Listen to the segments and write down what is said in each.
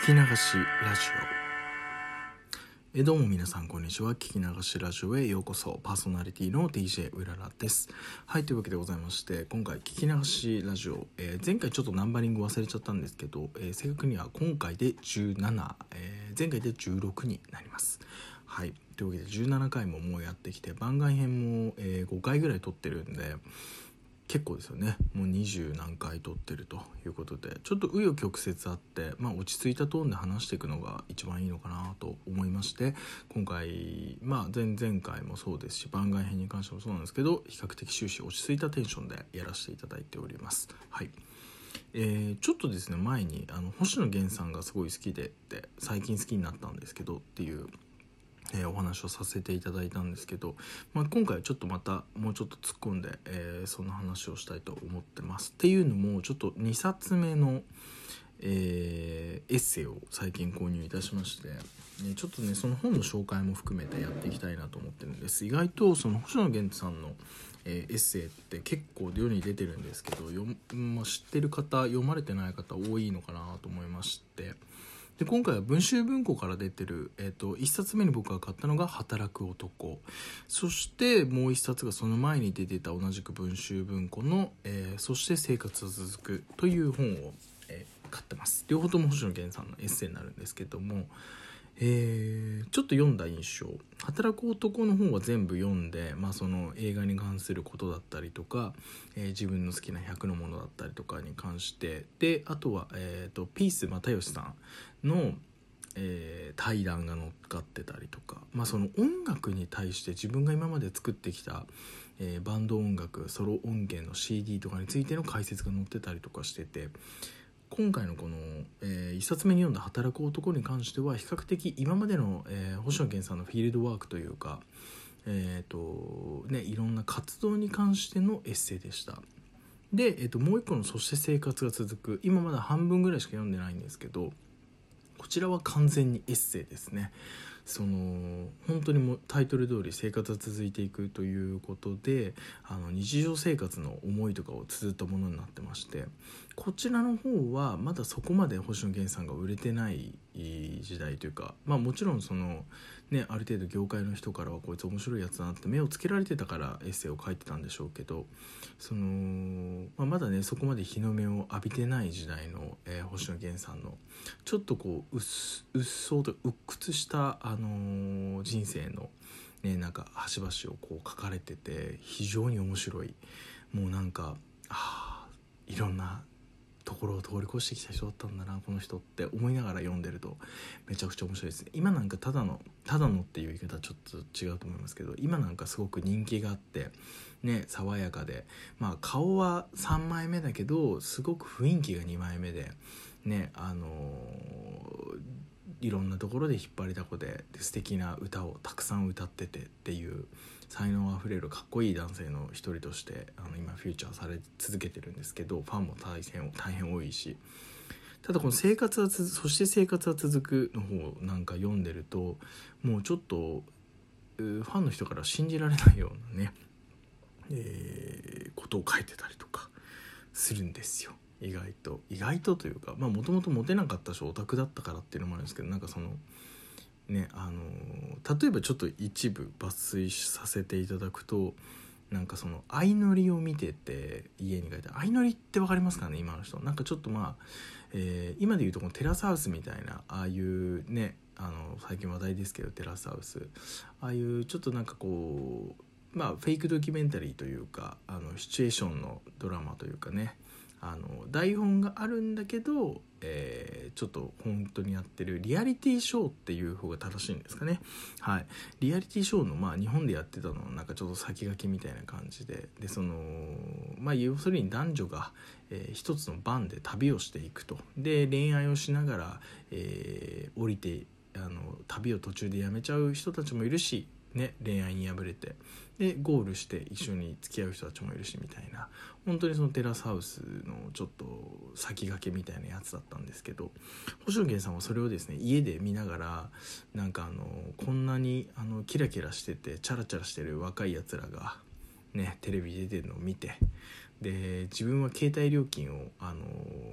聞き流しラジオ。どうも皆さんこんにちは。聞き流しラジオへようこそ。パーソナリティの DJ うららです。はい、というわけでございまして、今回聞き流しラジオ、前回ちょっとナンバリング忘れちゃったんですけど、正確には今回で17、前回で16になります。はい、というわけで17回ももうやってきて、番外編も、5回ぐらい撮ってるんで結構ですよね。もう20何回撮ってるということで、ちょっと紆余曲折あって、落ち着いたトーンで話していくのが一番いいのかなと思いまして、今回前々回もそうですし、番外編に関してもそうなんですけど、比較的終始落ち着いたテンションでやらせていただいております。はい。ちょっとですね、前に星野源さんがすごい好きでって最近好きになったんですけどっていうお話をさせていただいたんですけど、今回はちょっとまたもうちょっと突っ込んで、その話をしたいと思ってます。っていうのも、ちょっと2冊目の、エッセイを最近購入いたしまして、ちょっとねその本の紹介も含めてやっていきたいなと思ってるんです。意外とその星野源さんの、エッセイって結構世に出てるんですけど、知ってる方、読まれてない方多いのかなと思いまして、で今回は文集文庫から出てる、1冊目に僕が買ったのが働く男、そしてもう1冊がその前に出てた同じく文集文庫の、そして生活は続くという本を、買ってます。両方とも星野源さんのエッセイになるんですけども、ちょっと読んだ印象、働く男の本は全部読んで、その映画に関することだったりとか、自分の好きな100のものだったりとかに関して、であとは、ピース又吉さんの、対談が載っかってたりとか、その音楽に対して自分が今まで作ってきた、バンド音楽、ソロ音源の CD とかについての解説が載ってたりとかしてて、今回のこの、1冊目に読んだ働く男に関しては比較的今までの、星野源さんのフィールドワークというか、いろんな活動に関してのエッセイでした。で、もう一個のそして生活が続く、今まだ半分ぐらいしか読んでないんですけど、こちらは完全にエッセイですね。その本当にもうタイトル通り生活は続いていくということで、日常生活の思いとかを綴ったものになってまして、こちらの方はまだそこまで星野源さんが売れてない時代というか、もちろんそのね、ある程度業界の人からはこいつ面白いやつだなって目をつけられてたからエッセイを書いてたんでしょうけど、その、まだねそこまで日の目を浴びてない時代の、星野源さんのちょっとこううっそうと鬱屈した、人生のね、なんか端々をこう書かれてて非常に面白い。もうなんかいろんなところを通り越してきた人だったんだなこの人って思いながら読んでるとめちゃくちゃ面白いですね。今なんかただのっていう言い方はちょっと違うと思いますけど、今なんかすごく人気があってね、爽やかで、顔は3枚目だけどすごく雰囲気が2枚目でね、いろんなところで引っ張りだこで素敵な歌をたくさん歌っててっていう才能あふれるかっこいい男性の一人として今フューチャーされ続けてるんですけど、ファンも大変多いし、ただこのそして生活は続くの方なんか読んでるともうちょっとファンの人から信じられないようなね、ことを書いてたりとかするんですよ。意外とというか、もともとモテなかったしオタクだったからっていうのもあるんですけど、なんかそのね、例えばちょっと一部抜粋させていただくと、なんかその相乗りを見てて、家に書いて相乗りって分かりますかね、今の人。なんかちょっと今でいうとこのテラスハウスみたいな、ああいうね、最近話題ですけどテラスハウス、ああいうちょっとなんかこうフェイクドキュメンタリーというか、シチュエーションのドラマというかね、台本があるんだけど、ちょっと本当にやってるリアリティショーっていう方が正しいんですかね。はい、リアリティショーの日本でやってたのなんかちょっと先駆けみたいな感じで、その要するに男女が、一つのバンで旅をしていくと。で恋愛をしながら、降りて旅を途中でやめちゃう人たちもいるしね、恋愛に敗れてでゴールして一緒に付き合う人たちもいるしみたいな、本当にそのテラスハウスのちょっと先駆けみたいなやつだったんですけど、星野源さんはそれをですね家で見ながら、なんかこんなにキラキラしててチャラチャラしてる若いやつらがねテレビ出てるのを見て、で自分は携帯料金を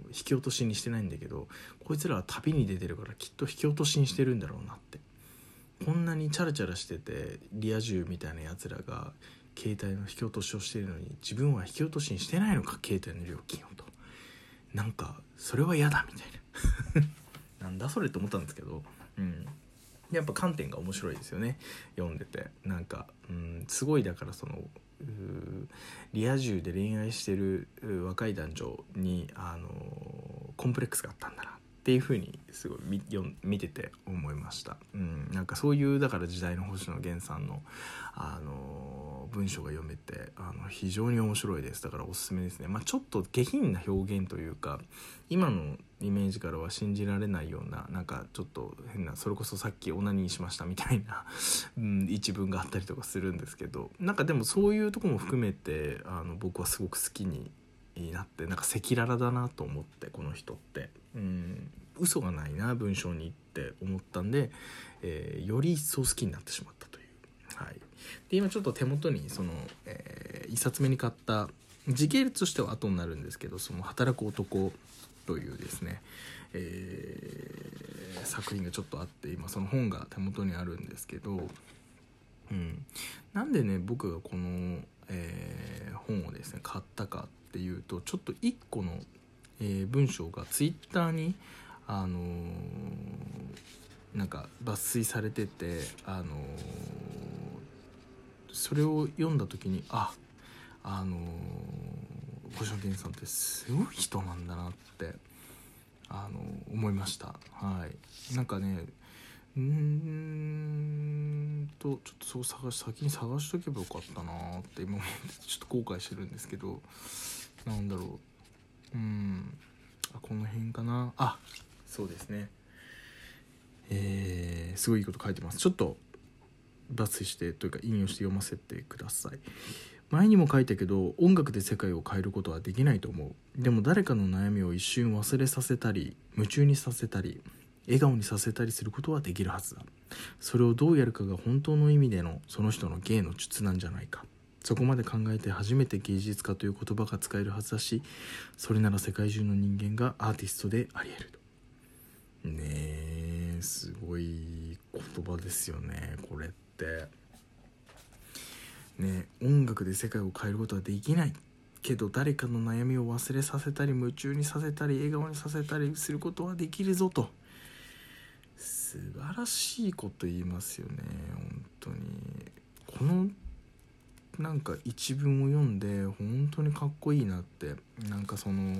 引き落としにしてないんだけど、こいつらは旅に出てるからきっと引き落としにしてるんだろうなって。こんなにチャラチャラしててリア充みたいなやつらが携帯の引き落としをしているのに、自分は引き落としにしてないのか携帯の料金をと、なんかそれは嫌だみたいななんだそれって思ったんですけど、やっぱ観点が面白いですよね、読んでて。なんかすごい、だからそのリア充で恋愛してる若い男女にコンプレックスがあったんだなっていう風にすごい見てて思いました。なんかそういうだから時代の星野源さんの文章が読めて非常に面白いです。だからおすすめですね。ちょっと下品な表現というか、今のイメージからは信じられないような、なんかちょっと変な、それこそさっきオナニーしましたみたいな一文があったりとかするんですけど、なんかでもそういうとこも含めて僕はすごく好きになって、なんか赤裸々だなと思って、この人って嘘がないな文章にって思ったんで、より一層好きになってしまったという。で今ちょっと手元にその、1冊目に買った時系列としては後になるんですけど、その働く男というですね、作品がちょっとあって、今その本が手元にあるんですけど、なんでね僕がこの、本をですね買ったかっていうと、ちょっと1個の、文章がツイッターになんか抜粋されてて、それを読んだ時に星野源さんってすごい人なんだなって思いました。なんかねちょっとそう先に探しとけばよかったなって今思ってちょっと後悔してるんですけど、なんだろう、この辺かな。そうですね、すごいいいこと書いてます。ちょっと抜粋してというか引用して読ませてください。前にも書いたけど、音楽で世界を変えることはできないと思う。でも誰かの悩みを一瞬忘れさせたり、夢中にさせたり、笑顔にさせたりすることはできるはずだ。それをどうやるかが本当の意味でのその人の芸の術なんじゃないか。そこまで考えて初めて芸術家という言葉が使えるはずだし、それなら世界中の人間がアーティストであり得ると。ねえ、すごい言葉ですよねこれってね。音楽で世界を変えることはできないけど、誰かの悩みを忘れさせたり、夢中にさせたり、笑顔にさせたりすることはできるぞと。素晴らしいこと言いますよね本当に。このなんか一文を読んで本当にかっこいいなって。なんかその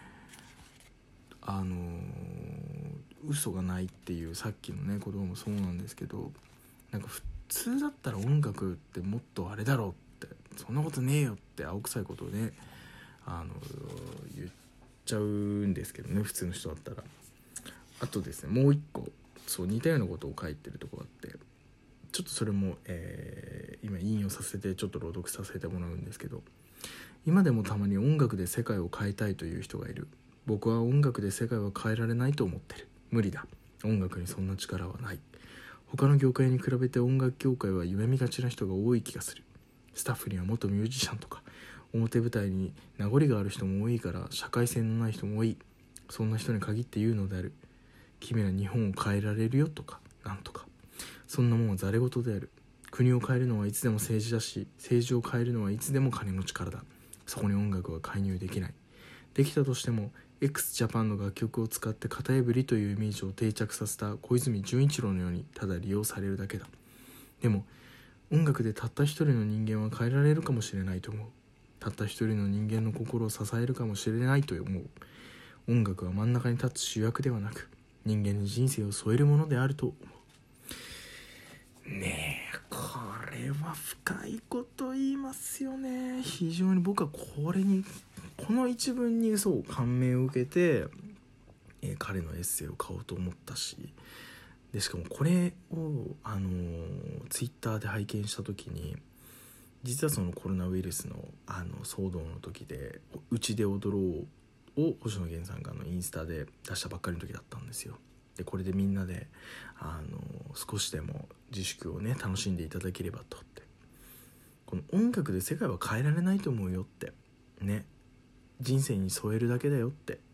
嘘がないっていうさっきのね言葉もそうなんですけど、なんか普通だったら音楽ってもっとあれだろうって、そんなことねえよって青臭いことをね言っちゃうんですけどね、普通の人だったら。あとですね、もう一個そう似たようなことを書いてるところがあって、ちょっとそれも、今引用させてちょっと朗読させてもらうんですけど、今でもたまに音楽で世界を変えたいという人がいる。僕は音楽で世界は変えられないと思ってる。無理だ。音楽にそんな力はない。他の業界に比べて音楽業界は夢見がちな人が多い気がする。スタッフには元ミュージシャンとか表舞台に名残がある人も多いから、社会性のない人も多い。そんな人に限って言うのである。君ら日本を変えられるよとかなんとか、そんなもんはざれ言である。国を変えるのはいつでも政治だし、政治を変えるのはいつでも金の力だ。そこに音楽は介入できない。できたとしても x ジャパンの楽曲を使って型破りというイメージを定着させた小泉純一郎のようにただ利用されるだけだ。でも音楽でたった一人の人間は変えられるかもしれないと思う。たった一人の人間の心を支えるかもしれないと思う。音楽は真ん中に立つ主役ではなく、人間に人生を添えるものであると思う。ねえ、これは深いこと言いますよね。非常に僕はこの一文にそう感銘を受けて、彼のエッセイを買おうと思ったし、でしかもこれをツイッターで拝見した時に、実はそのコロナウイルスの騒動の時でうちで踊ろうを星野源さんがインスタで出したばっかりの時だったんですよ。でこれでみんなで少しでも自粛をね楽しんでいただければとって、この音楽で世界は変えられないと思うよってね、人生に添えるだけだよって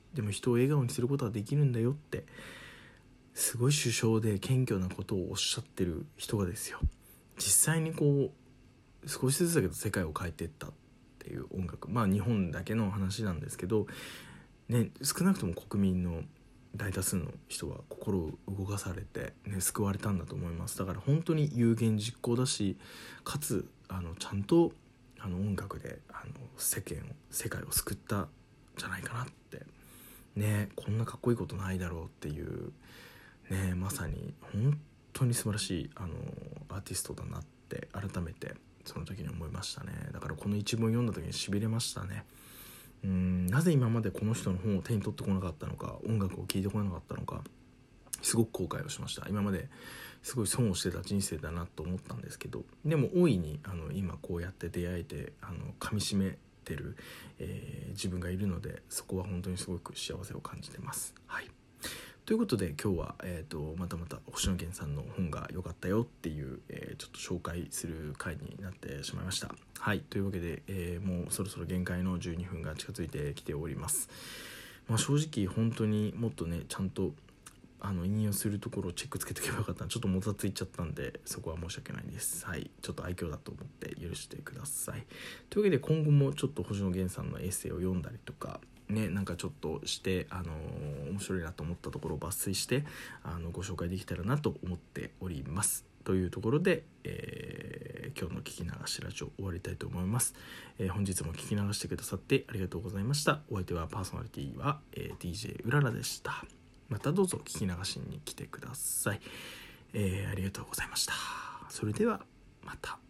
でも人を笑顔にすることはできるんだよって、すごい首相で謙虚なことをおっしゃってる人がですよ、実際にこう少しずつだけど世界を変えていったっていう音楽、日本だけの話なんですけどね、少なくとも国民の大多数の人は心を動かされて、救われたんだと思います。だから本当に有言実行だし、かつちゃんと音楽で世界を救ったんじゃないかなってね、こんなかっこいいことないだろうっていうね、まさに本当に素晴らしいアーティストだなって改めてその時に思いましたね。だからこの一文読んだ時にしびれましたね。なぜ今までこの人の本を手に取ってこなかったのか、音楽を聴いてこなかったのか、すごく後悔をしました。今まですごい損をしてた人生だなと思ったんですけど、でも大いに今こうやって出会えて噛みしめてる、自分がいるので、そこは本当にすごく幸せを感じてます。はい、ということで今日は、また星野源さんの本が良かったよっていう、ちょっと紹介する回になってしまいました。はい、というわけで、もうそろそろ限界の12分が近づいてきております。正直本当にもっとねちゃんと引用するところをチェックつけておけばよかった。ちょっともたついちゃったんで、そこは申し訳ないです。はい、ちょっと愛嬌だと思って許してください。というわけで今後もちょっと星野源さんのエッセイを読んだりとかね、なんかちょっとして面白いなと思ったところを抜粋してご紹介できたらなと思っております。というところで、今日の聞き流しラジオ終わりたいと思います。本日も聞き流してくださってありがとうございました。お相手はパーソナリティは、DJ うららでした。またどうぞ聞き流しに来てください。ありがとうございました。それではまた。